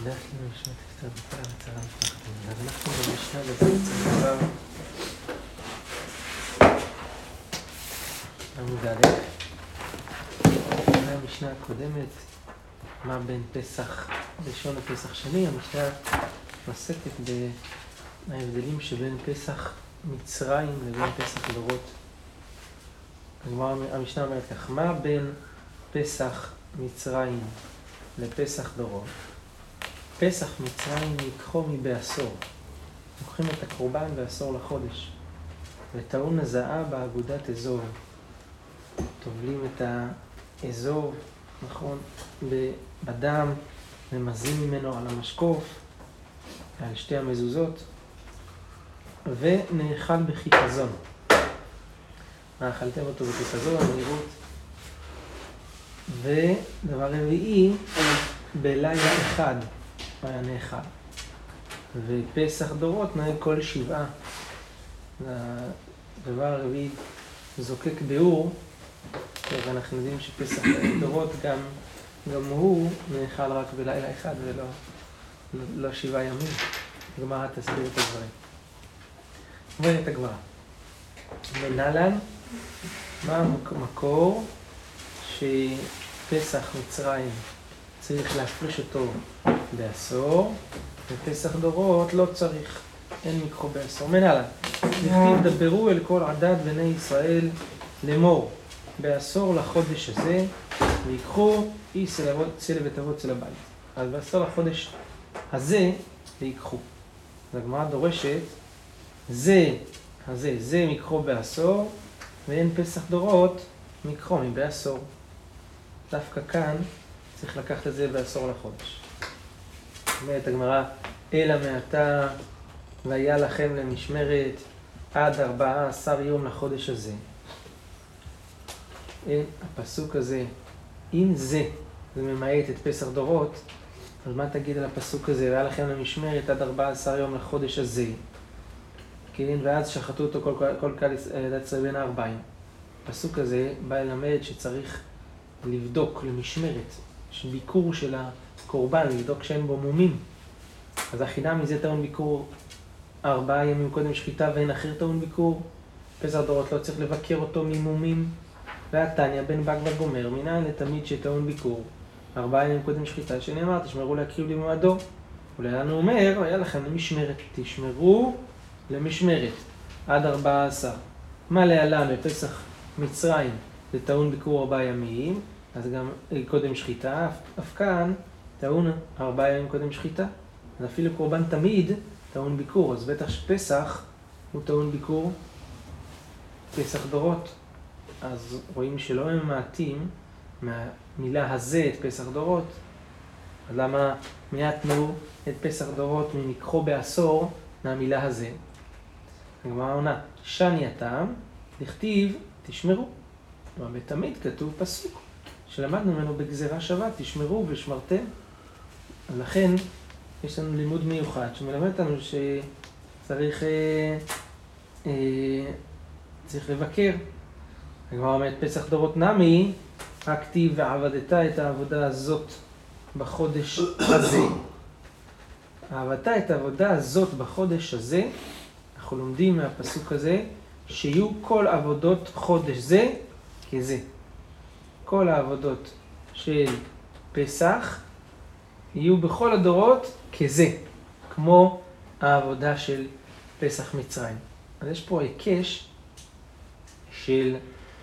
דרך כאילו משמעת קצת בכל הרצאה המשפחת. אז אנחנו במשנה בבית דבר עמוד א', המשנה הקודמת, מה בין פסח ראשון לפסח שני, המשנה עוסקת בהבדלים שבין פסח מצרים לבין פסח דורות. המשנה אומרת כך, מה בין פסח מצרים לפסח דורות? פסח מצרים ייקחו מבעשור. לוקחים את הקורבן בעשור לחודש. וטעון הזעה באגודת אזור. טובלים את האזור, נכון, בדם, ממזים ממנו על המשקוף, על שתי המזוזות, ונאכל בחיפזון. אכלתם אותו בחיפזון, מהירות. ודבר רביעי, בלילה אחד היה נאכל. ופסח דורות נוהג כל שבעה. הדבר הרביעי זוקק ביאור, ואנחנו יודעים שפסח דורות גם הוא נאכל רק בלילה אחד ולא 7 ימים. הגמרא תסביר את הדברים. אומרת הגמרא, מנהלן, מה המקור שפסח מצרים צריך להפריש אותו בעשור, ופסח דורות לא צריך, אין מקחו בעשור. מנהלן, נכתיב דברו אל כל עדת בני ישראל לאמור, בעשור לחודש הזה, ויקחו איש צלע ותבוא צלע בית. אז בעשור לחודש הזה, ויקחו. הגמרא דורשת, זה מקחו בעשור, ואין פסח דורות, מקחו מבעשור. דווקא כאן צריך לקחת את זה בעשור לחודש. אומרת הגמרא, אלא מעתה והיה לכם למשמרת עד 14 יום לחודש הזה. הפסוק הזה, אם זה ממעט את פסח דורות, אז מה תגיד על הפסוק הזה? והיה לכם למשמרת עד 14 יום לחודש הזה. כן, ואז שחטו אותו כל קהל ילדת ישראל בין 40. הפסוק הזה בא ללמד שצריך לבדוק למשמרת, ביקור של הקורבן, לבדוק שאין בו מומים. אז החינם מזה טעון ביקור 4 ימים קודם שחיטה ואין אחר טעון ביקור. פסח דורות לא צריך לבקר אותו ממומים. והתניא בן בג וגומר, מנין לתמיד שטעון ביקור 4 ימים קודם שחיטה, שנאמר, תשמרו להקריב למועדו. אולי לנו אומר, היה לכם למשמרת, תשמרו למשמרת עד 14. מה להלן בפסח מצרים זה טעון ביקור 4 ימים, אז גם קודם שחיטה, אף כאן טעון 4 ימים קודם שחיטה. אז אפילו קורבן תמיד טעון ביקור, אז בטח שפסח הוא טעון ביקור פסח דורות. אז רואים שלא ממעטים מהמילה הזה את פסח דורות. אז למה מעטנו את פסח דורות ממקחו בעשור מהמילה הזה? הגמרא עונה, שני הטעם, לכתיב תשמרו. כלומר, בתמיד כתוב פסוק, שלמדנו ממנו בגזרה שווה, תשמרו ושמרתם. אז לכן יש לנו לימוד מיוחד שמלמד אותנו שצריך לבקר. הגמרא אומרת, פסח דורות נמי, הכתיב ועבדת את העבודה הזאת בחודש הזה. עבדת את העבודה הזאת בחודש הזה, אנחנו לומדים מהפסוק הזה, שיהיו כל עבודות חודש זה כזה. כל העבודות של פסח יהיו בכל הדורות כזה, כמו העבודה של פסח מצרים. אז יש פה היקש של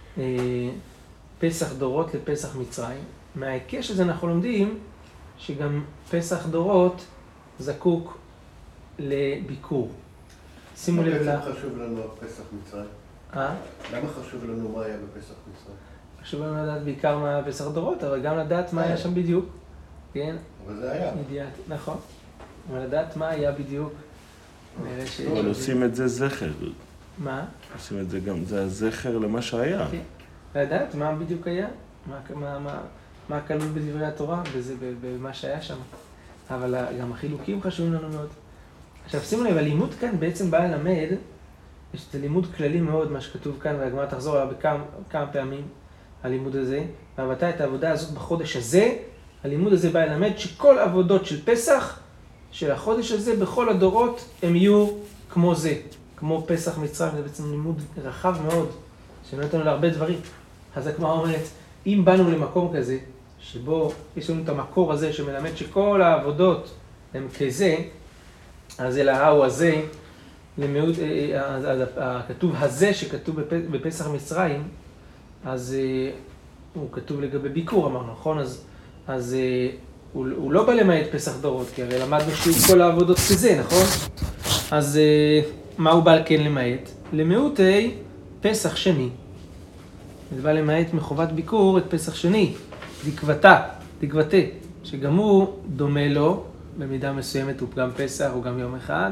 פסח דורות לפסח מצרים. מההיקש הזה אנחנו לומדים שגם פסח דורות זקוק לביקור. שימו לב למה חשוב לנו פסח מצרים? למה חשוב לנו מה היה בפסח מצרים? חשוב לנו לדעת בעיקר מה היה בפסח דורות, אבל גם לדעת מה היה שם בדיוק. כן? אבל זה היה. נכון. אבל לדעת מה היה בדיוק. אבל עושים את זה זכר. מה? עושים את זה גם, זה הזכר למה שהיה. כן. לדעת מה בדיוק היה, מה כלול בדברי התורה, במה שהיה שם. אבל גם החילוקים חשובים לנו מאוד. עכשיו שימו לב, הלימוד כאן בעצם בא ללמד, יש את לימוד כללי מאוד, מה שכתוב כאן, והגמרא תחזור עליו בכמה פעמים, הלימוד הזה, ועבדת את העבודה הזאת בחודש הזה, הלימוד הזה בא ללמד שכל עבודות של פסח, של החודש הזה, בכל הדורות, הם יהיו כמו זה, כמו פסח מצרים. זה בעצם לימוד רחב מאוד, שנותן לנו להרבה דברים. אז הגמרא אומרת, אם באנו למקום כזה, שבו יש לנו את המקור הזה שמלמד שכל העבודות הם כזה, אז אל ההוא הזה, למיעוט, אז הכתוב הזה שכתוב בפסח מצרים, אז הוא כתוב לגבי ביקור, אמרנו, נכון? אז הוא לא בא למעט פסח דורות, כי הרי למדנו שהוא כל העבודות כזה, נכון? אז מה הוא בא כן למעט? למיעוטי פסח שני. זה בא למעט מחובת ביקור את פסח שני, דקבתה, שגם הוא דומה לו, במידה מסוימת הוא גם פסח, הוא גם יום אחד,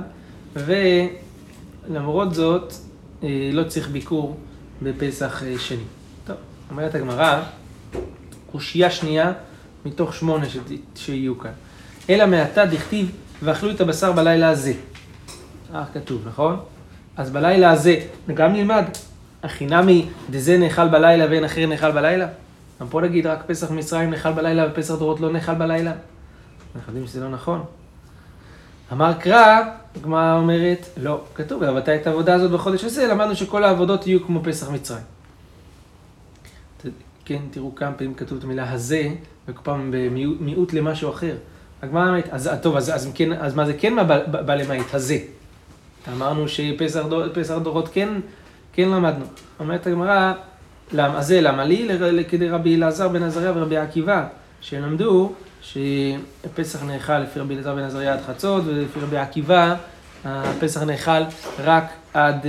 ולמרות זאת לא צריך ביקור בפסח שני. טוב, אומרת הגמרא, קושייה שנייה מתוך 8 שיהיו כאן. אלא מעתה דכתיב ואכלו את הבשר בלילה הזה. כתוב, נכון? אז בלילה הזה, גם נלמד, החינמי דזה נאכל בלילה ואין אחר נאכל בלילה? גם פה נגיד רק פסח מצרים נאכל בלילה ופסח דורות לא נאכל בלילה. אנחנו יודעים שזה לא נכון. אמר קרא, הגמרא אומרת, לא, כתוב, ועבדת את העבודה הזאת בחודש הזה, למדנו שכל העבודות יהיו כמו פסח מצרים. כן, תראו כמה פעמים כתוב את המילה הזה, וכל פעם במיעוט למשהו אחר. הגמרא אומרת, אז מה זה כן בא למעט, הזה? אמרנו שפסח דורות כן למדנו. אומרת הגמרא, למה לי? כדי רבי אלעזר בן עזריה ורבי עקיבא, שלמדו שפסח נאכל לפי רבי אלעזר בן עזריה עד חצות, ולפי רבי עקיבא, הפסח נאכל רק עד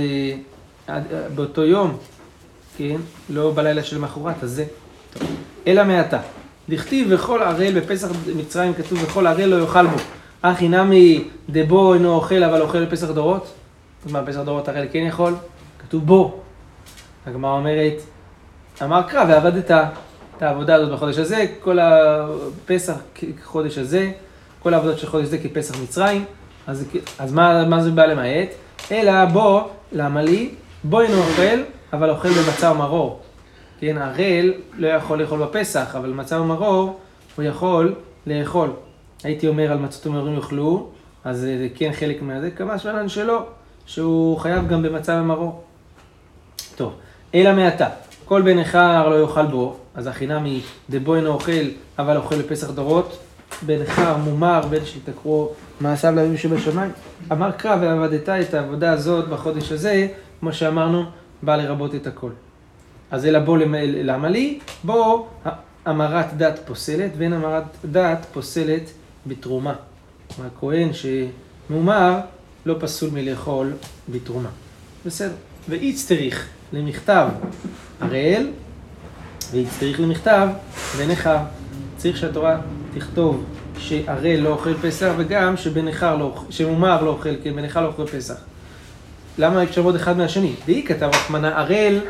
באותו יום, כן? לא בלילה של מחרת, אז זה. טוב. אלא מעתה, דכתיב וכל ערל בפסח מצרים כתוב וכל ערל לא יאכל בו. אחי נמי דבו אינו אוכל אבל אוכל בפסח דורות. מה, פסח דורות ערל כן יכול? כתוב בו. הגמרא אומרת, אמר קרא ועבדת את העבודה הזאת בחודש הזה, כל הפסח כחודש הזה, כל העבודות של חודש זה כפסח מצרים, אז מה זה בא למעט? אלא בו, למה לי? בו אינו אוכל, אבל אוכל במצה ומרור. כן, ערל לא יכול לאכול בפסח, אבל מצה ומרור הוא יכול לאכול. הייתי אומר על מצות ומרורים יאכלו, אז זה כן חלק מהזה, כמה שלנו שלא, שהוא חייב גם במצה ומרור. טוב, אלא מעתה, כל בן נכר לא יאכל בו, אז החינמי דבו אינו אוכל, אבל אוכל לפסח דורות, בן נכר מומר, בן שתקרו מעשיו לאביו שבשמיים. אמר קרא ועבדת את העבודה הזאת בחודש הזה, כמו שאמרנו, בא לרבות את הכל. אז אלא בו למה לי? בו אמרת דת פוסלת, ואין אמרת דת פוסלת בתרומה. הכהן שמומר לא פסול מלאכול בתרומה. בסדר. ואיצטריך למכתב ערל, ואיצטריך למכתב ונכר. צריך שהתורה תכתוב שערל לא אוכל פסח, וגם שמומר לא אוכל, כי בנכר לא אוכל פסח. למה אפשר עוד אחד מהשני? דהי כתב רחמנא ערל,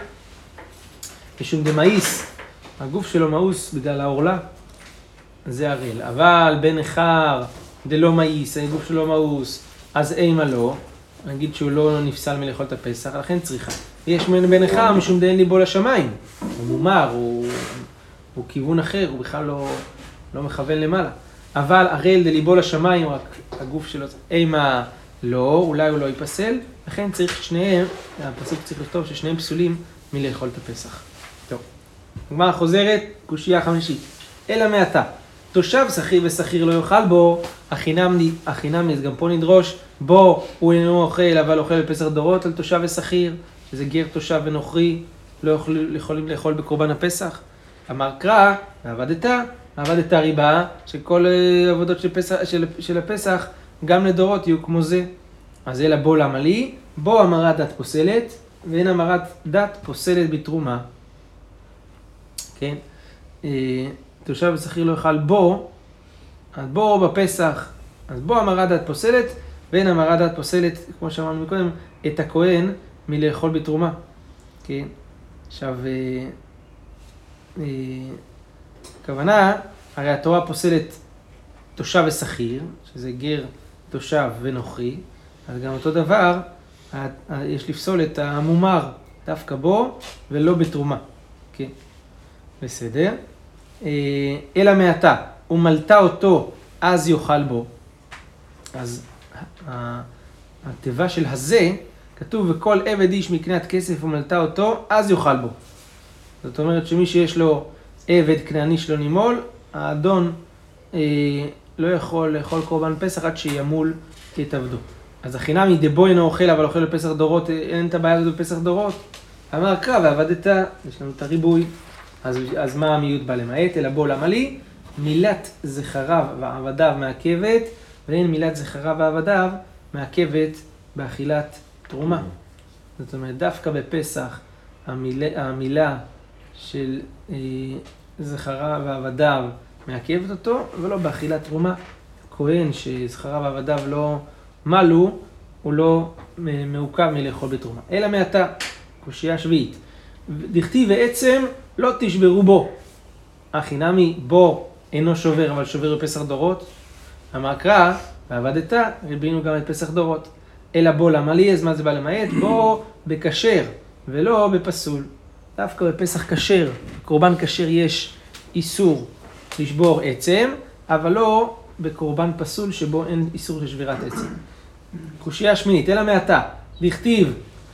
משום דמאיס, הגוף שלו מאוס בגלל העורלה, זה ערל. אבל בנכר דלא מאיס, הגוף שלו מאוס, אז אימה לא, נגיד שהוא לא נפסל מלאכול את הפסח, לכן צריכה. יש בנכר משום דאין ליבו לשמיים, הוא מומר, הוא כיוון אחר, הוא בכלל לא מכוון למעלה. אבל ערל דליבו לשמיים, רק הגוף שלו, אימה לא, אולי הוא לא ייפסל, לכן צריך שניהם, הפסוק צריך לכתוב ששניהם פסולים מלאכול את הפסח. טוב. הגמרא חוזרת, קושייה חמישית. אלא מעתה, תושב שכיר ושכיר לא יאכל בו, החינמי, גם פה נדרוש, בו הוא אינו אוכל, אבל אוכל בפסח דורות על תושב ושכיר, שזה גר תושב ונוכרי, לא יכולים לאכול בקורבן הפסח. אמר קרא, עבדת ריבה, שכל עבודות של הפסח, גם לדורות יהיו כמו זה. אז אלא בו למה לי? בו אמרת דת פוסלת, ואין אמרת דת פוסלת בתרומה. כן? תושב ושכיר לא יאכל בו, אז בו בפסח, אז בו אמרת דת פוסלת, ואין אמרת דת פוסלת, כמו שאמרנו מקודם, את הכהן מלאכול בתרומה. כן? עכשיו, כוונה, הרי התורה פוסלת תושב ושכיר, שזה גר, תושב ונוכרי, אז גם אותו דבר, יש לפסול את המומר דווקא בו ולא בתרומה. כן, בסדר. אלא מעתה, ומלטה אותו, אז יאכל בו. אז התיבה של הזה, כתוב, וכל עבד איש מקנת כסף ומלטה אותו, אז יאכל בו. זאת אומרת שמי שיש לו עבד כנעני שלא נימול, האדון לא יכול לאכול קורבן פסח עד שימול את עבדו. אז החינמי דבו אינו אוכל, אבל אוכל בפסח דורות, אין את הבעיה הזאת בפסח דורות. אמר קרא ועבדת, יש לנו את הריבוי, אז מה המיעוט בא למעט? אלא בו למה לי? מילת זכריו ועבדיו מעכבת, ואין מילת זכריו ועבדיו מעכבת באכילת תרומה. זאת אומרת, דווקא בפסח המילה של זכריו ועבדיו מעכבת אותו, ולא באכילת תרומה. כהן שזכריו ועבדיו לא מלו, הוא לא מעוכב מלאכול בתרומה. אלא מעתה, קושייה שביעית. דכתיב ועצם לא תשברו בו. החינמי בו אינו שובר, אבל שובר בפסח דורות. אמר קרא, ועבדת, רבינו גם את פסח דורות. אלא בו למה לי, אז מה זה בא למעט? בו בכשר, ולא בפסול. דווקא בפסח כשר, קורבן כשר יש איסור לשבור עצם, אבל לא בקורבן פסול שבו אין איסור לשבירת עצם. קושייה שמינית, אלא מעתה, דכתיב,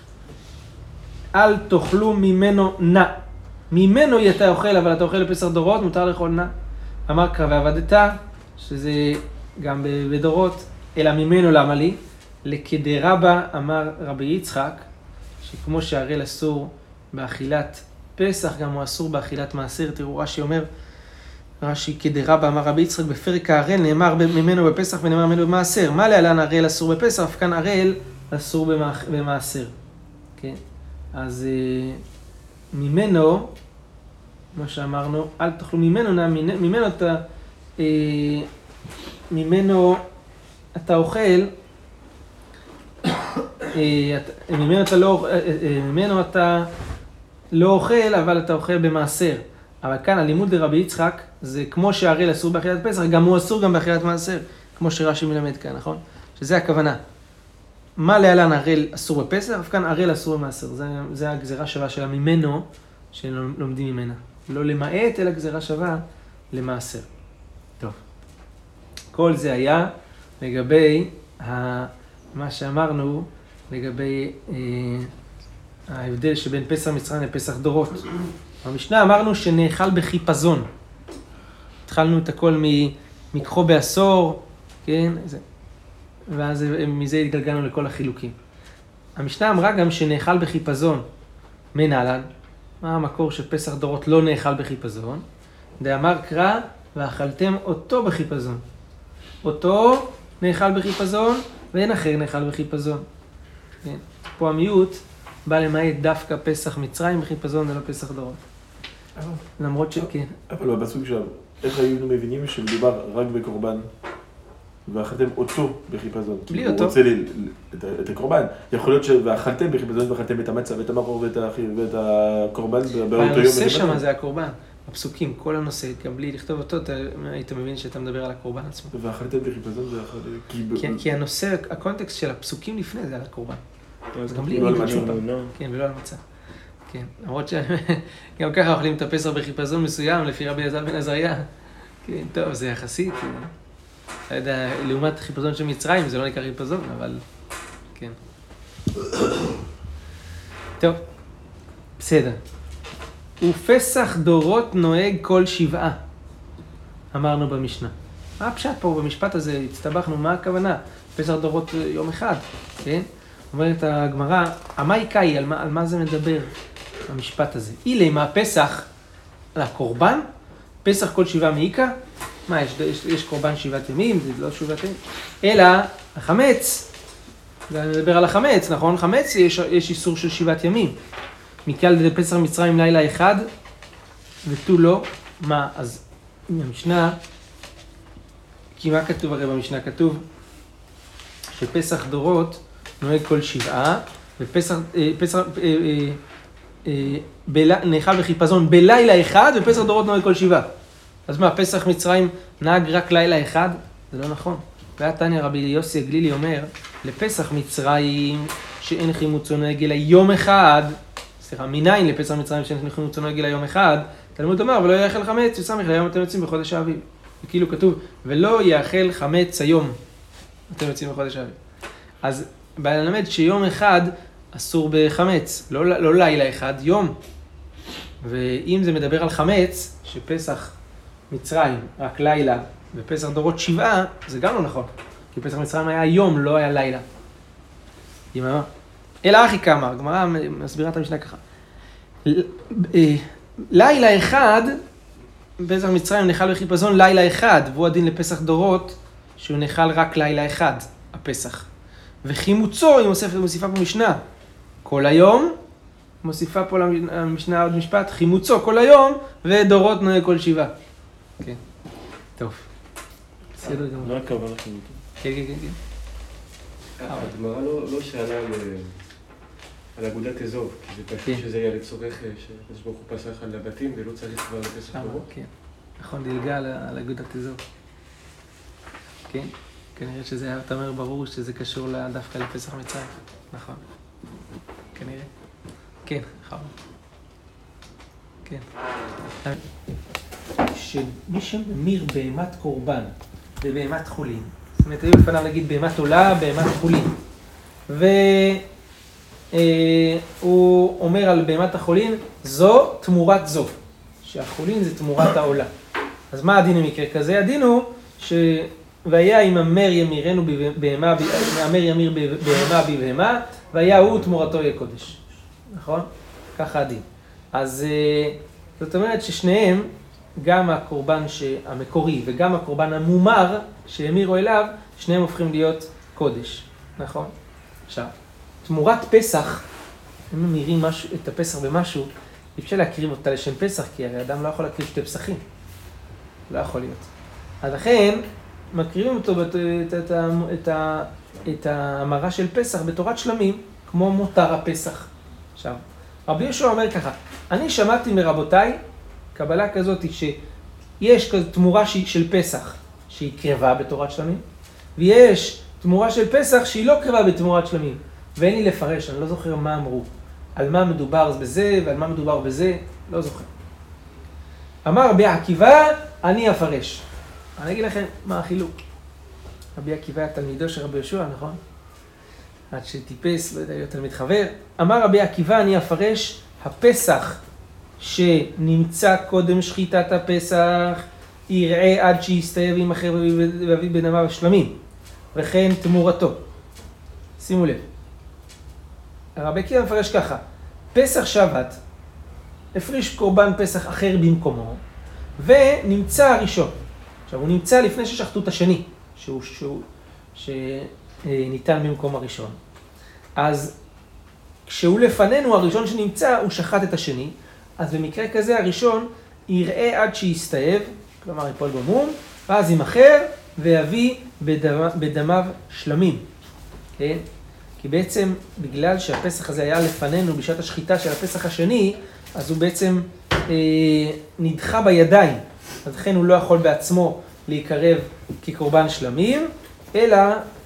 אל תאכלו ממנו נע. ממנו אתה אוכל, אבל אתה אוכל בפסח דורות, מותר לאכול נע. אמר קרא ועבדת, שזה גם בדורות, אלא ממנו למה לי? לכדרבא אמר רבי יצחק, שכמו שהראל אסור באכילת פסח, גם הוא אסור באכילת מעשר. תראו, רש"י אומר, רש"י כדרבא אמר רבי יצחק, בפרק ההראל נאמר ממנו בפסח ונאמר ממנו במעשר. מה להלן הראל אסור בפסח? אף כאן הראל אסור במעשר. כן? אז ממנו, מה שאמרנו, אל תאכלו ממנו, ממנו אתה אוכל, ממנו אתה לא אוכל, אבל אתה אוכל במעשר. אבל כאן הלימוד לרבי יצחק, זה כמו שהראל אסור באכילת פסח, גם הוא אסור גם באכילת מעשר, כמו שרש"י מלמד כאן, נכון? שזה הכוונה. מה להלן הראל אסור בפסח? אף כאן הראל אסור במעשר. זה הגזירה שווה שלה ממנו, שלומדים ממנה. לא למעט, אלא גזירה שווה למעשר. טוב. כל זה היה לגבי מה שאמרנו, לגבי ההבדל שבין פסח מצרים לפסח דורות. במשנה אמרנו שנאכל בחיפזון. התחלנו את הכל מקחו בעשור, כן? ואז מזה התגלגלנו לכל החילוקים. המשנה אמרה גם שנאכל בחיפזון. מנהלן, מה המקור שפסח דורות לא נאכל בחיפזון? דאמר קרא, ואכלתם אותו בחיפזון. אותו נאכל בחיפזון, ואין אחר נאכל בחיפזון. כן? פה המיעוט בא למעט דווקא פסח מצרים בחיפזון ולא פסח דורות. למרות שכן. אבל בפסוק שם, איך היינו מבינים שמדובר רק בקורבן, ואכלתם אותו בחיפזון? בלי אותו. הוא רוצה את הקורבן. יכול להיות שאכלתם בחיפזון ואכלתם את המצה ואת המרור ואת הקורבן באותו יום. הנושא שם זה הקורבן. הפסוקים, כל הנושא, גם בלי לכתוב אותו, היית מבין שאתה מדבר על הקורבן עצמו. ואכלתם בחיפזון זה יכול... כי הנושא, הקונטקסט של הפסוקים לפני זה על הקורבן. אז גם בלי... כן, ולא על מצה. כן, למרות שגם ככה אוכלים את הפסח בחיפזון מסוים, לפי רבי אלעזר בן עזריה. כן, טוב, זה יחסית. לא יודע, לעומת חיפזון של מצרים, זה לא נקרא חיפזון, אבל... כן. טוב, בסדר. ופסח דורות נוהג כל 7, אמרנו במשנה. מה הפשט פה במשפט הזה? הצטבחנו, מה הכוונה? פסח דורות יום אחד, כן? אומרת הגמרא, המאיקאי, על מה זה מדבר, המשפט הזה? אילי, מה פסח? לקורבן? פסח כל 7 מאיקה? מה, יש קורבן 7 ימים? זה לא 7 ימים? אלא, החמץ, אני מדבר על החמץ, נכון? חמץ יש איסור של 7 ימים. מכלל פסח מצרים לילה אחד, ותו לא, מה? אז במשנה, כי מה כתוב הרי במשנה? כתוב שפסח דורות נוהג כל 7, ופסח נאכל בחיפזון בלילה אחד, ופסח דורות נוהג כל 7. אז מה, פסח מצרים נהג רק לילה אחד? זה לא נכון. והתניא רבי יוסי הגלילי אומר, לפסח מצרים שאין חימוצו נוהג אלא יום אחד, סליחה, מניין לפסח מצרים שאין חימוצו נוהג אלא יום אחד, תלמוד אומר, ולא יאכל חמץ, וסמיך ליום אתם יוצאים בחודש האביב. וכאילו כתוב, ולא יאכל חמץ היום. אתם יוצאים בחודש האביב. אז בא ללמד שיום אחד אסור בחמץ, לא לילה אחד, יום. ואם זה מדבר על חמץ, שפסח מצרים רק לילה, ופסח דורות 7, זה גם לא נכון. כי פסח מצרים היה יום, לא היה לילה. יממה. אלא אחי כמה, הגמרא מסבירה את המשנה ככה. לילה אחד, פסח מצרים נחל בחיפזון לילה אחד, והוא הדין לפסח דורות, שהוא נחל רק לילה אחד, הפסח. וחימוצו, היא מוסיפה פה משנה, כל היום, מוסיפה פה למשנה עוד משפט, חימוצו כל היום, ודורות נוהג כל 7. כן, טוב. בסדר גמור. מה הכוונה חימוצו? כן, כן, כן. הגמרא לא שאלה על אגודת אזוב, כי זה פשוט שזה היה לצורך שהקדוש ברוך הוא פסח על הבתים ולא צריך כבר לפסח דורות. כן, נכון, דילגה על אגודת אזוב. כן, כנראה שזה היה, אתה אומר, ברור שזה קשור דווקא לפסח מצרים. נכון. כנראה. כן, חבר. כן. שמי שממיר בהמת קורבן ובהמת חולין, זאת אומרת, היו לפניו להגיד בהמת עולה, בהמת חולין. והוא אומר על בהמת החולין, זו תמורת זו. שהחולין זה תמורת העולה. אז מה הדין במקרה כזה? הדין הוא והיה אם המר ימירנו בהמה, המר ימיר בהמה בבהמה, והיה הוא תמורתו יהיה קודש. נכון? ככה הדין. אז זאת אומרת ששניהם, גם הקורבן המקורי וגם הקורבן המומר שהמירו אליו, שניהם הופכים להיות קודש. נכון? עכשיו, תמורת פסח, אם ממירים את הפסח במשהו, אפשר להקריב אותה לשם פסח, כי הרי אדם לא יכול להקריב שתי פסחים. לא יכול להיות. אז לכן, מקריבים אותו את המרה של פסח בתורת שלמים, כמו מותר הפסח. עכשיו, רבי יהושע אומר ככה, אני שמעתי מרבותיי, קבלה כזאת שיש תמורה של פסח שהיא קרבה בתורת שלמים, ויש תמורה של פסח שהיא לא קרבה בתמורת שלמים, ואין לי לפרש, אני לא זוכר מה אמרו, על מה מדובר בזה ועל מה מדובר בזה, לא זוכר. אמר רבי עקיבא, אני אפרש. אני אגיד לכם מה החילוק. רבי עקיבא היה תלמידו של רבי יהושע, נכון? עד שטיפס, לא יודע, להיות תלמיד חבר. אמר רבי עקיבא, אני אפרש, הפסח שנמצא קודם שחיטת הפסח, יראה עד שיסתייב עם אחר ואביב בן אמה ושלמים, וכן תמורתו. שימו לב. רבי עקיבא מפרש ככה, פסח שבת, הפריש קורבן פסח אחר במקומו, ונמצא הראשון. עכשיו, הוא נמצא לפני ששחטו את השני, שניתן במקום הראשון. אז כשהוא לפנינו, הראשון שנמצא, הוא שחט את השני, אז במקרה כזה הראשון יראה עד שיסתאב, כלומר ייפול במום, ואז ימחר ויביא בדמיו שלמים. כן? כי בעצם בגלל שהפסח הזה היה לפנינו בשעת השחיטה של הפסח השני, אז הוא בעצם נדחה בידיים. אז לכן הוא לא יכול בעצמו להיקרב כקורבן שלמים, אלא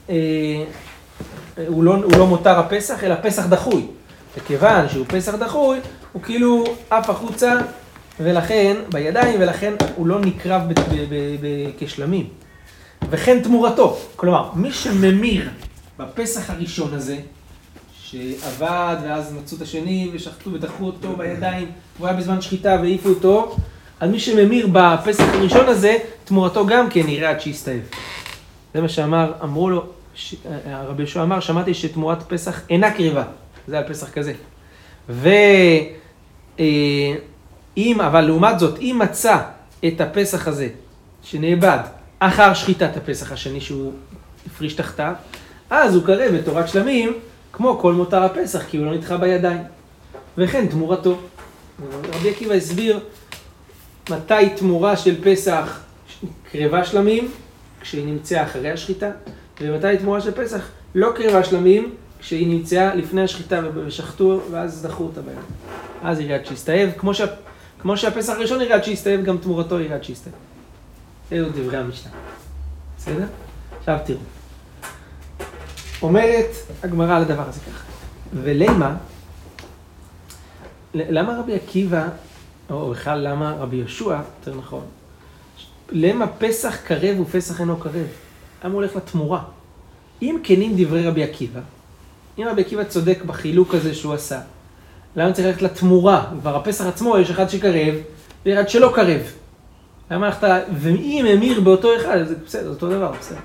הוא לא מותר הפסח, אלא פסח דחוי. וכיוון שהוא פסח דחוי, הוא כאילו אף החוצה, ולכן בידיים, ולכן הוא לא נקרב כשלמים. וכן תמורתו. כלומר, מי שממיר בפסח הראשון הזה, שעבד ואז מצאו את השני ושחטו ודחו אותו בידיים, הוא היה בזמן שחיטה והעיפו אותו, אז מי שממיר בפסח הראשון הזה, תמורתו גם כן נראה עד שיסתאב. זה מה שאמר, אמרו לו, הרבי יהושע אמר, שמעתי שתמורת פסח אינה קריבה. זה על פסח כזה. אבל לעומת זאת, אם מצא את הפסח הזה, שנאבד, אחר שחיטת הפסח השני שהוא הפריש תחתיו, אז הוא קרב בתורת שלמים, כמו כל מותר הפסח, כי הוא לא נדחה בידיים. וכן תמורתו. רבי עקיבא הסביר מתי תמורה של פסח קרבה שלמים, כשהיא נמצאה אחרי השחיטה, ומתי תמורה של פסח לא קרבה שלמים, כשהיא נמצאה לפני השחיטה ושחטו, ואז דחו אותה בידיים. אז יראה עד שיסתאב, כמו שהפסח הראשון יראה עד שיסתאב, גם תמורתו יראה עד שיסתאב. אלו דברי המשנה. בסדר? עכשיו תראו. אומרת הגמרא על הדבר הזה ככה. למה רבי עקיבא, או בכלל למה רבי יהושע, יותר נכון, למה פסח קרב ופסח אינו קרב? למה הוא הולך לתמורה? אם כנים דברי רבי עקיבא, אם רבי עקיבא צודק בחילוק הזה שהוא עשה, למה צריך ללכת לתמורה? כבר הפסח עצמו יש אחד שקרב ואחד שלא קרב. למה הלכת, ואם אמיר באותו אחד, זה בסדר, זה אותו דבר, בסדר.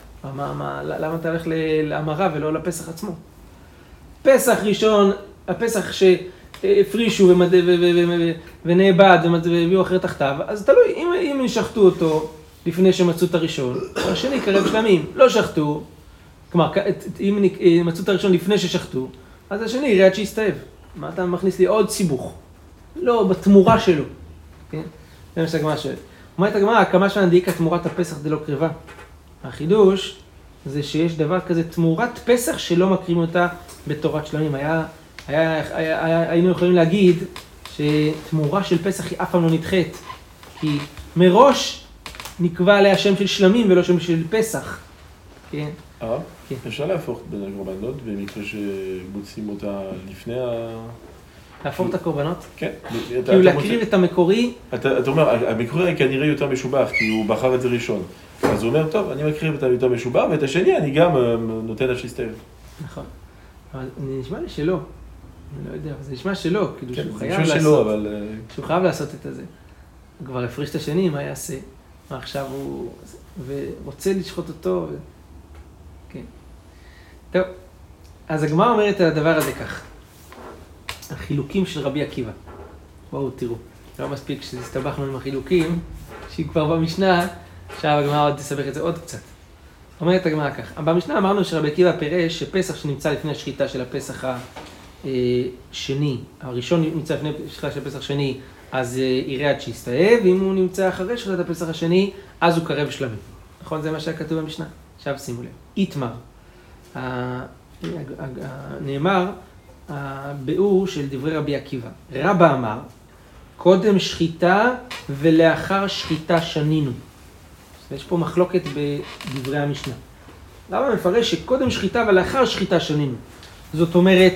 למה אתה הולך להמרה ולא לפסח עצמו? פסח ראשון, הפסח שהפרישו ונאבד והביאו אחרי תחתיו, אז תלוי, אם שחטו אותו לפני שמצאו את הראשון, השני קרב שלמים, לא שחטו, כלומר, אם מצאו את הראשון לפני ששחטו, אז השני יראה עד שיסתאב. מה אתה מכניס לי עוד סיבוך? לא, בתמורה שלו. כן? זה מה שהגמרא שואלת. אומרת הגמרא, כמה שנדעיקה תמורת הפסח זה לא קרבה. החידוש זה שיש דבר כזה תמורת פסח שלא מקרים אותה בתורת שלמים. היינו יכולים להגיד שתמורה של פסח היא אף פעם לא נדחית. כי מראש נקבע עליה שם של שלמים ולא שם של פסח. כן? כן. אפשר להפוך בין הקורבנות במקרה שבוצעים אותה לפני להפוך את הקורבנות? כן. כאילו להקריב את המקורי? אתה אומר, המקורי כנראה יותר משובח, כי הוא בחר את זה ראשון. אז הוא אומר, טוב, אני מקריב את יותר משובח, ואת השני אני גם נותן עד שיסתאב. נכון. אבל נשמע לי שלא. אני לא יודע, אבל זה נשמע שלא. כאילו שהוא חייב לעשות. שלא, אבל... שהוא חייב לעשות את זה. הוא כבר הפריש את השני, מה יעשה? מה עכשיו הוא... ורוצה לשחוט אותו. כן. טוב. אז הגמרא אומרת על הדבר הזה כך. החילוקים של רבי עקיבא. בואו תראו. לא מספיק שהסתבכנו עם החילוקים, שהיא כבר במשנה, עכשיו הגמרא עוד תסבך את זה עוד קצת. אומרת הגמרא כך. במשנה אמרנו שרבי עקיבא פירש שפסח שנמצא לפני השחיטה של הפסח השני, הראשון נמצא לפני השחיטה של הפסח השני, אז יראה עד שיסתאב, ואם הוא נמצא אחרי שחיטת הפסח השני, אז הוא קרב שלמים. נכון? זה מה שהיה כתוב במשנה. עכשיו שימו לב. איתמר. נאמר, הביאור של דברי רבי עקיבא. רבא אמר, קודם שחיטה ולאחר שחיטה שנינו. יש פה מחלוקת בדברי המשנה. רבא מפרש שקודם שחיטה ולאחר שחיטה שנינו. זאת אומרת,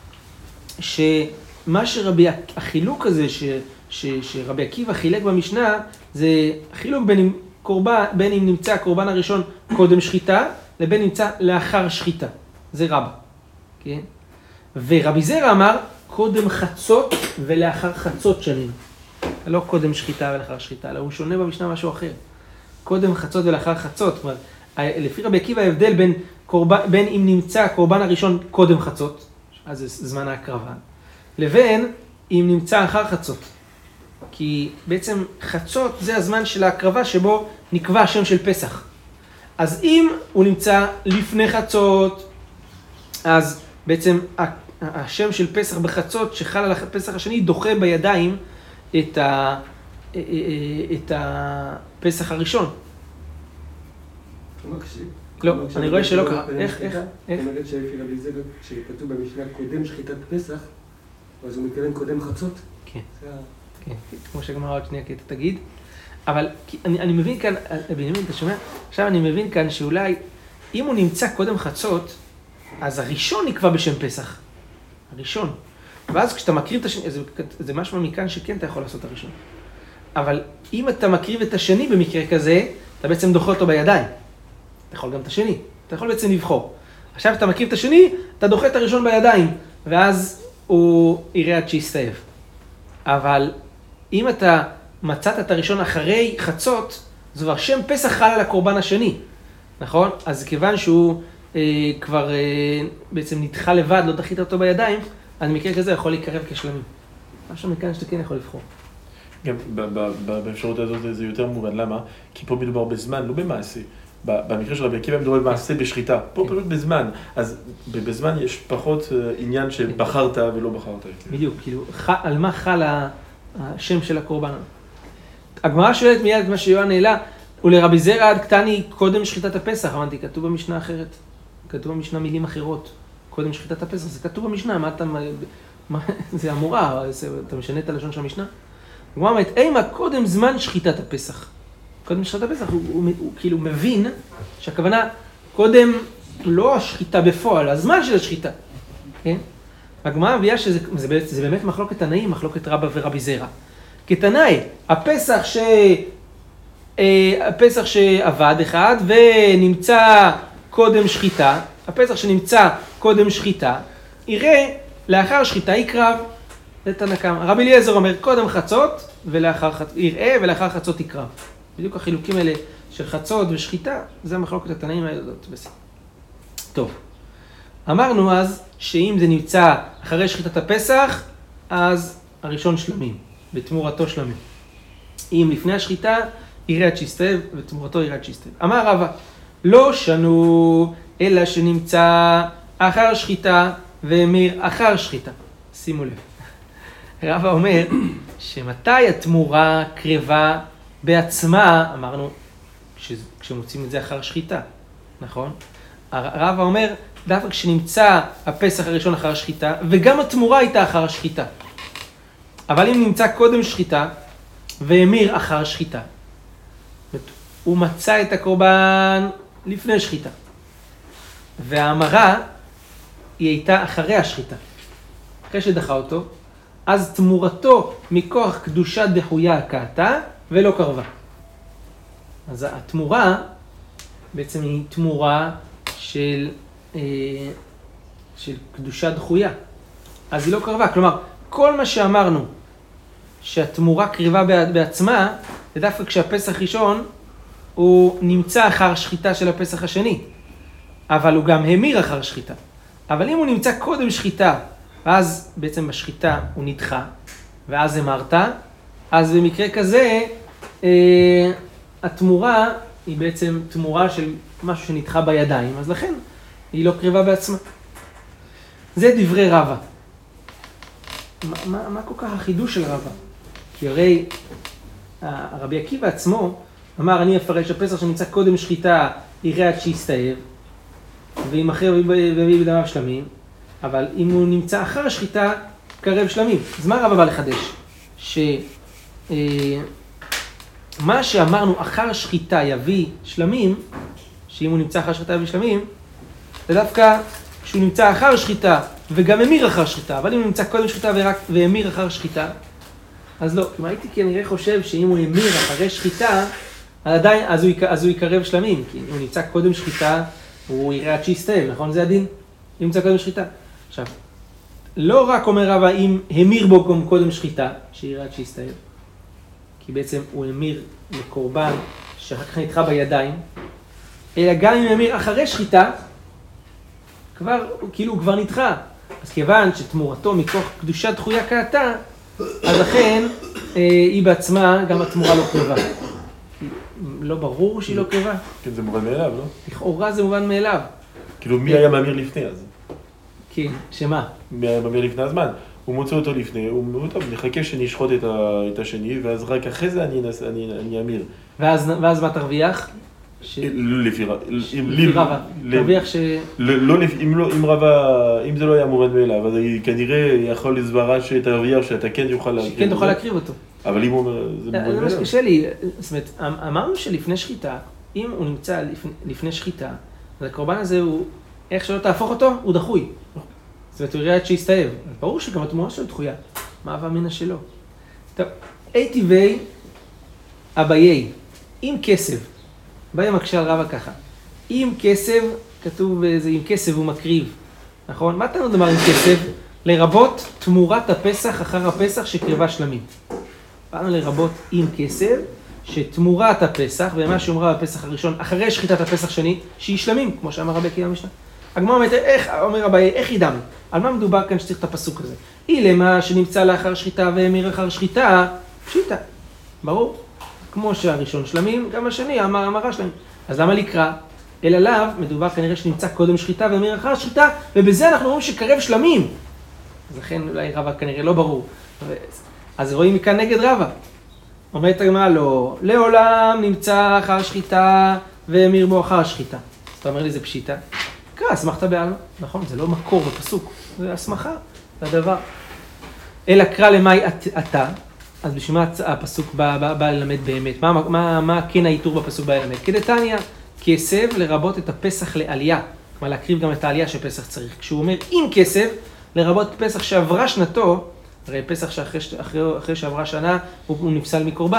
שמה החילוק הזה שרבי עקיבא חילק במשנה, זה חילוק בין אם נמצא הקורבן הראשון קודם שחיטה, לבין נמצא לאחר שחיטה. זה רבא. כן? ורבי זרע אמר, קודם חצות ולאחר חצות שנים. לא קודם שחיטה ולאחר שחיטה, אלא הוא שונה במשנה משהו אחר. קודם חצות ולאחר חצות. זאת אומרת, לפי רבי עקיבא ההבדל בין אם נמצא הקורבן הראשון קודם חצות, אז זה זמן ההקרבה, לבין אם נמצא אחר חצות. כי בעצם חצות זה הזמן של ההקרבה שבו נקבע השם של פסח. אז אם הוא נמצא לפני חצות, אז בעצם השם של פסח בחצות שחל על הפסח השני דוחה בידיים את הפסח הראשון. לא, אני רואה שלא קרה. איך? אני אומרת שלפי רבי זרע, שכתוב במשנה קודם שחיטת פסח, אז הוא מתכוון קודם חצות? כן. כן, כמו שהגמרא עוד שנייה כי אתה תגיד. אבל אני מבין כאן, בנימין, אתה שומע? עכשיו אני מבין כאן שאולי אם הוא נמצא קודם חצות, אז הראשון נקבע בשם פסח. הראשון. ואז כשאתה מקריב את השני, זה משהו מכאן שכן אתה יכול לעשות את הראשון. אבל אם אתה מקריב את השני במקרה כזה, אתה בעצם דוחה אותו בידיים. אתה יכול גם את השני. אתה יכול בעצם לבחור. עכשיו אתה מקריב את השני, אתה דוחה את הראשון בידיים, ואז הוא יראה עד שיסתאב. אבל אם אתה מצאת את הראשון אחרי חצות, זה כבר שם פסח חל על הקורבן השני. נכון? אז כיוון שהוא כבר בעצם נדחה לבד, לא דחית אותו בידיים, אז במקרה כזה יכול להיקרב כשלמים. משהו מכאן שאתה כן יכול לבחור. גם באפשרות הזאת זה יותר מובן. למה? כי פה מדובר בזמן, לא במעשה. במקרה של רבי עקיבא מדובר במעשה בשחיטה. פה פשוט בזמן. אז בזמן יש פחות עניין שבחרת ולא בחרת. בדיוק, כאילו, על מה חל השם של הקורבן? הגמרא שואלת מיד את מה שיואן העלה, ולרבי זרע עד קטני קודם שחיטת הפסח. אמרתי, כתוב במשנה אחרת. כתוב במשנה מילים אחרות. קודם שחיטת הפסח, זה כתוב במשנה. זה אמורה, אתה משנה את הלשון של המשנה? הגמרא אומרת, אימה קודם זמן שחיטת הפסח. קודם שחיטת הפסח, הוא כאילו מבין שהכוונה קודם לא השחיטה בפועל, הזמן של השחיטה. כן? הגמרא מביאה שזה באמת מחלוקת תנאים, מחלוקת רבא ורבי זרע. כתנאי, הפסח הפסח שעבד אחד ונמצא קודם שחיטה, הפסח שנמצא קודם שחיטה, יראה לאחר שחיטה יקרב. זה תנא קמא. רבי אליעזר אומר קודם חצות יראה ולאחר חצות יקרב. בדיוק החילוקים האלה של חצות ושחיטה, זה מחלוקת התנאים האלה. טוב, אמרנו אז שאם זה נמצא אחרי שחיטת הפסח, אז הראשון שלמים, בתמורתו שלמים. אם לפני השחיטה, יראה עד שיסתאב, ותמורתו יראה עד שיסתאב. אמר רבא, לא שנו, אלא שנמצא אחר שחיטה והמיר אחר שחיטה. שימו לב. רבא אומר שמתי התמורה קרבה בעצמה, אמרנו, כשמוצאים את זה אחר שחיטה, נכון? רבא אומר, דווקא כשנמצא הפסח הראשון אחר השחיטה, וגם התמורה הייתה אחר השחיטה. אבל אם נמצא קודם שחיטה, והמיר אחר שחיטה, הוא מצא את הקורבן לפני שחיטה. וההמרה היא הייתה אחרי השחיטה. אחרי שדחה אותו, אז תמורתו מכוח קדושה דחויה קעתה ולא קרבה. אז התמורה בעצם היא תמורה של קדושה דחויה. אז היא לא קרבה. כלומר, כל מה שאמרנו שהתמורה קריבה בעצמה, זה דווקא כשהפסח ראשון הוא נמצא אחר שחיטה של הפסח השני. אבל הוא גם המיר אחר שחיטה. אבל אם הוא נמצא קודם שחיטה, ואז בעצם בשחיטה הוא נדחה, ואז המרת, אז במקרה כזה, התמורה היא בעצם תמורה של משהו שנדחה בידיים, אז לכן היא לא קריבה בעצמה. זה דברי רבא. מה כל כך החידוש של רבא? כי הרי רבי עקיבא עצמו אמר, אני אפרש הפסח שנמצא קודם שחיטה, יראה עד שיסתאב, ואם אחר מביא בדמיו שלמים, אבל אם הוא נמצא אחר השחיטה, קרב שלמים. אז מה רבא בא לחדש? מה שאמרנו אחר שחיטה יביא שלמים, שאם הוא נמצא אחר שחיטה יביא שלמים, זה דווקא כשהוא נמצא אחר שחיטה וגם המיר אחר שחיטה, אבל אם הוא נמצא קודם שחיטה והמיר אחר שחיטה, אז לא. כלומר, הייתי כנראה חושב שאם הוא המיר אחרי שחיטה, אז הוא יקרב שלמים, כי אם הוא נמצא קודם שחיטה, הוא יראה עד שיסתאב, נכון? זה הדין? אם נמצא קודם שחיטה. עכשיו, לא רק אומר רבא אם המיר בו גם קודם שחיטה, שיראה עד שיסתאב, כי בעצם הוא המיר לקורבן שאחר כך נדחה בידיים, אלא גם אם המיר אחרי שחיטה, כאילו הוא כבר נדחה. אז כיוון שתמורתו מכוח קדושה דחויה קעתה, אז לכן היא בעצמה גם התמורה לא קרבה. לא ברור שהיא לא קרבה. כן, זה מובן מאליו, לא? לכאורה זה מובן מאליו. כאילו מי היה מאמיר לפני אז? כן, שמה? מי היה מאמיר לפני הזמן? הוא מוצא אותו לפני, הוא אומר, טוב, נחכה שנשחוט את השני, ואז רק אחרי זה אני אמיר. ואז מה תרוויח? לפי רבא. תרוויח ש... אם זה לא היה מובן מאליו, אז כנראה יכול לסברה שתרוויח שאתה כן יוכל להקריב. כן תוכל להקריב אותו. אבל אם הוא אומר, זה מובן מאליו. זה מה שקשה לי, זאת אומרת, אמרנו שלפני שחיטה, אם הוא נמצא לפני שחיטה, אז הקורבן הזה הוא, איך שלא תהפוך אותו, הוא דחוי. זאת אומרת, הוא יראה עד שיסתאב. ברור שגם התמורה שלו דחויה. מה אבא מינה שלו? טוב, טבעי אביי, עם כסף. אביי מקשה על רבא ככה. עם כסף, כתוב בזה, עם כסף הוא מקריב. נכון? מה אתה אומר עם כסף? לרבות תמורת הפסח אחר הפסח שקריבה שלמים. פעם לרבות עם כסף, שתמורת הפסח, ומה שאומרה בפסח הראשון, אחרי שחיטת הפסח שני, שהיא שלמים, כמו שאמר רבי עקיבא במשנה. הגמרא אומרת, אומר אביי, איך ידענו? על מה מדובר כאן שצריך את הפסוק הזה? אילמה שנמצא לאחר שחיטה והמיר אחר שחיטה, פשיטה. ברור? כמו שהראשון שלמים, גם השני המרה שלמים. אז למה לקרוא? אלא לאו, מדובר כנראה שנמצא קודם שחיטה והמיר אחר שחיטה, ובזה אנחנו רואים שקרב שלמים. אז לכן אולי רבא כנראה לא ברור. אז רואים מכאן נגד רבא. אומרת הגמרא לא, לעולם נמצא אחר שחיטה והמיר בו אחר שחיטה. אז אתה אומר לי זה פשיטה. קרא, אסמכת בעלמא. נכון, זה לא מקור בפסוק, זה הסמכה, זה הדבר. אלא קרא למאי אתה, אז בשביל מה הפסוק בא ללמד באמת? מה כן האיתור בפסוק בא ללמד? כדתניא, כסף לרבות את הפסח לעלייה. כלומר להקריב גם את העלייה שפסח צריך. כשהוא אומר עם כסף, לרבות פסח שעברה שנתו, הרי פסח שאחרי שעברה שנה הוא נפסל מקורבן.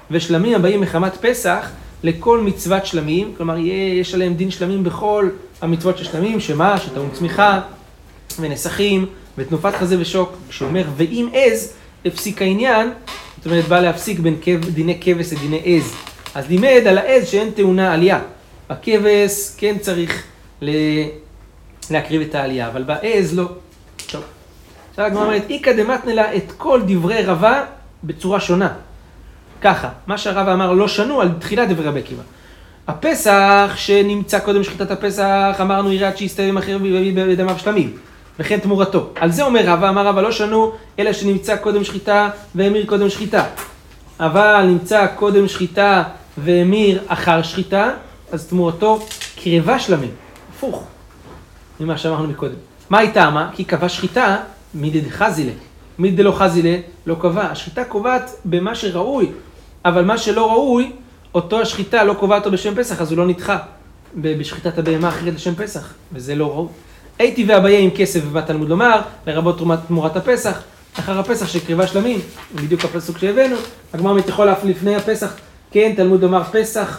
ושלמים הבאים מחמת פסח לכל מצוות שלמים, כלומר יש עליהם דין שלמים בכל המצוות של שלמים, שמה? שטעון צמיחה ונסחים ותנופת חזה ושוק, שאומר ואם עז הפסיק העניין, זאת אומרת בא להפסיק בין דיני כבש לדיני עז, אז לימד על העז שאין טעונה עלייה, הכבש כן צריך להקריב את העלייה, אבל בעז לא. טוב. עכשיו הגמרא אומרת, איקא דמתנא לה את כל דברי רבה בצורה שונה. ככה, מה שהרבא אמר לא שנו על תחילת דברי רבי עקיבא. הפסח שנמצא קודם שחיטת הפסח, אמרנו יראת שיסתיים אחר בדמיו שלמים, וכן תמורתו. על זה אומר רבא, אמר רבא לא שנו, אלא שנמצא קודם שחיטה והמיר קודם שחיטה. אבל נמצא קודם שחיטה והמיר אחר שחיטה, אז תמורתו קרבה שלמים. הפוך. ממה שאמרנו מקודם. מה הייתה? מה? כי קבע שחיטה מידי דחזילה. מידי דלא חזילה לא קבע. השחיטה קובעת במה שראוי, אבל מה שלא ראוי, אותו השחיטה לא קובע אותו בשם פסח, אז הוא לא נדחה בשחיטת הבהמה אחרת לשם פסח, וזה לא ראוי. הייתי ואביה עם כסף ובתלמוד לומר, לרבות תמורת הפסח, אחר הפסח שקריבה שלמים, בדיוק הפסוק שהבאנו, הגמרא מתיכול לפני הפסח, כן, תלמוד לומר פסח,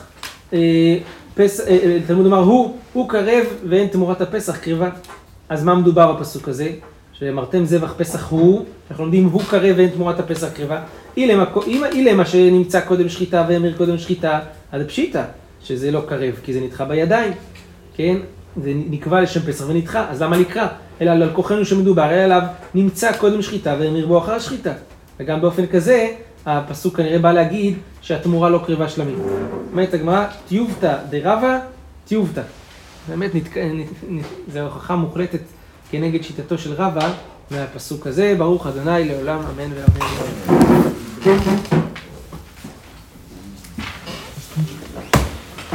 תלמוד לומר הוא קרב ואין תמורת הפסח קריבה. אז מה מדובר בפסוק הזה? שמרתם זבח פסח הוא, אנחנו לומדים הוא קרב ואין תמורת הפסח קריבה. אילמה שנמצא קודם שחיטה והמיר קודם שחיטה, אז פשיטה, שזה לא קרב, כי זה נדחה בידיים, כן? זה נקבע לשם פסח ונדחה, אז למה לקרא? אלא על כוחנו שמדובר, אלא עליו נמצא קודם שחיטה והמיר בו אחר שחיטה. וגם באופן כזה, הפסוק כנראה בא להגיד שהתמורה לא קריבה שלמים. אומרת הגמרא, תיובתא דרבא, תיובתא. באמת, זו הוכחה מוחלטת כנגד שיטתו של רבא, מהפסוק הזה, ברוך אדוני לעולם, אמן ואמן.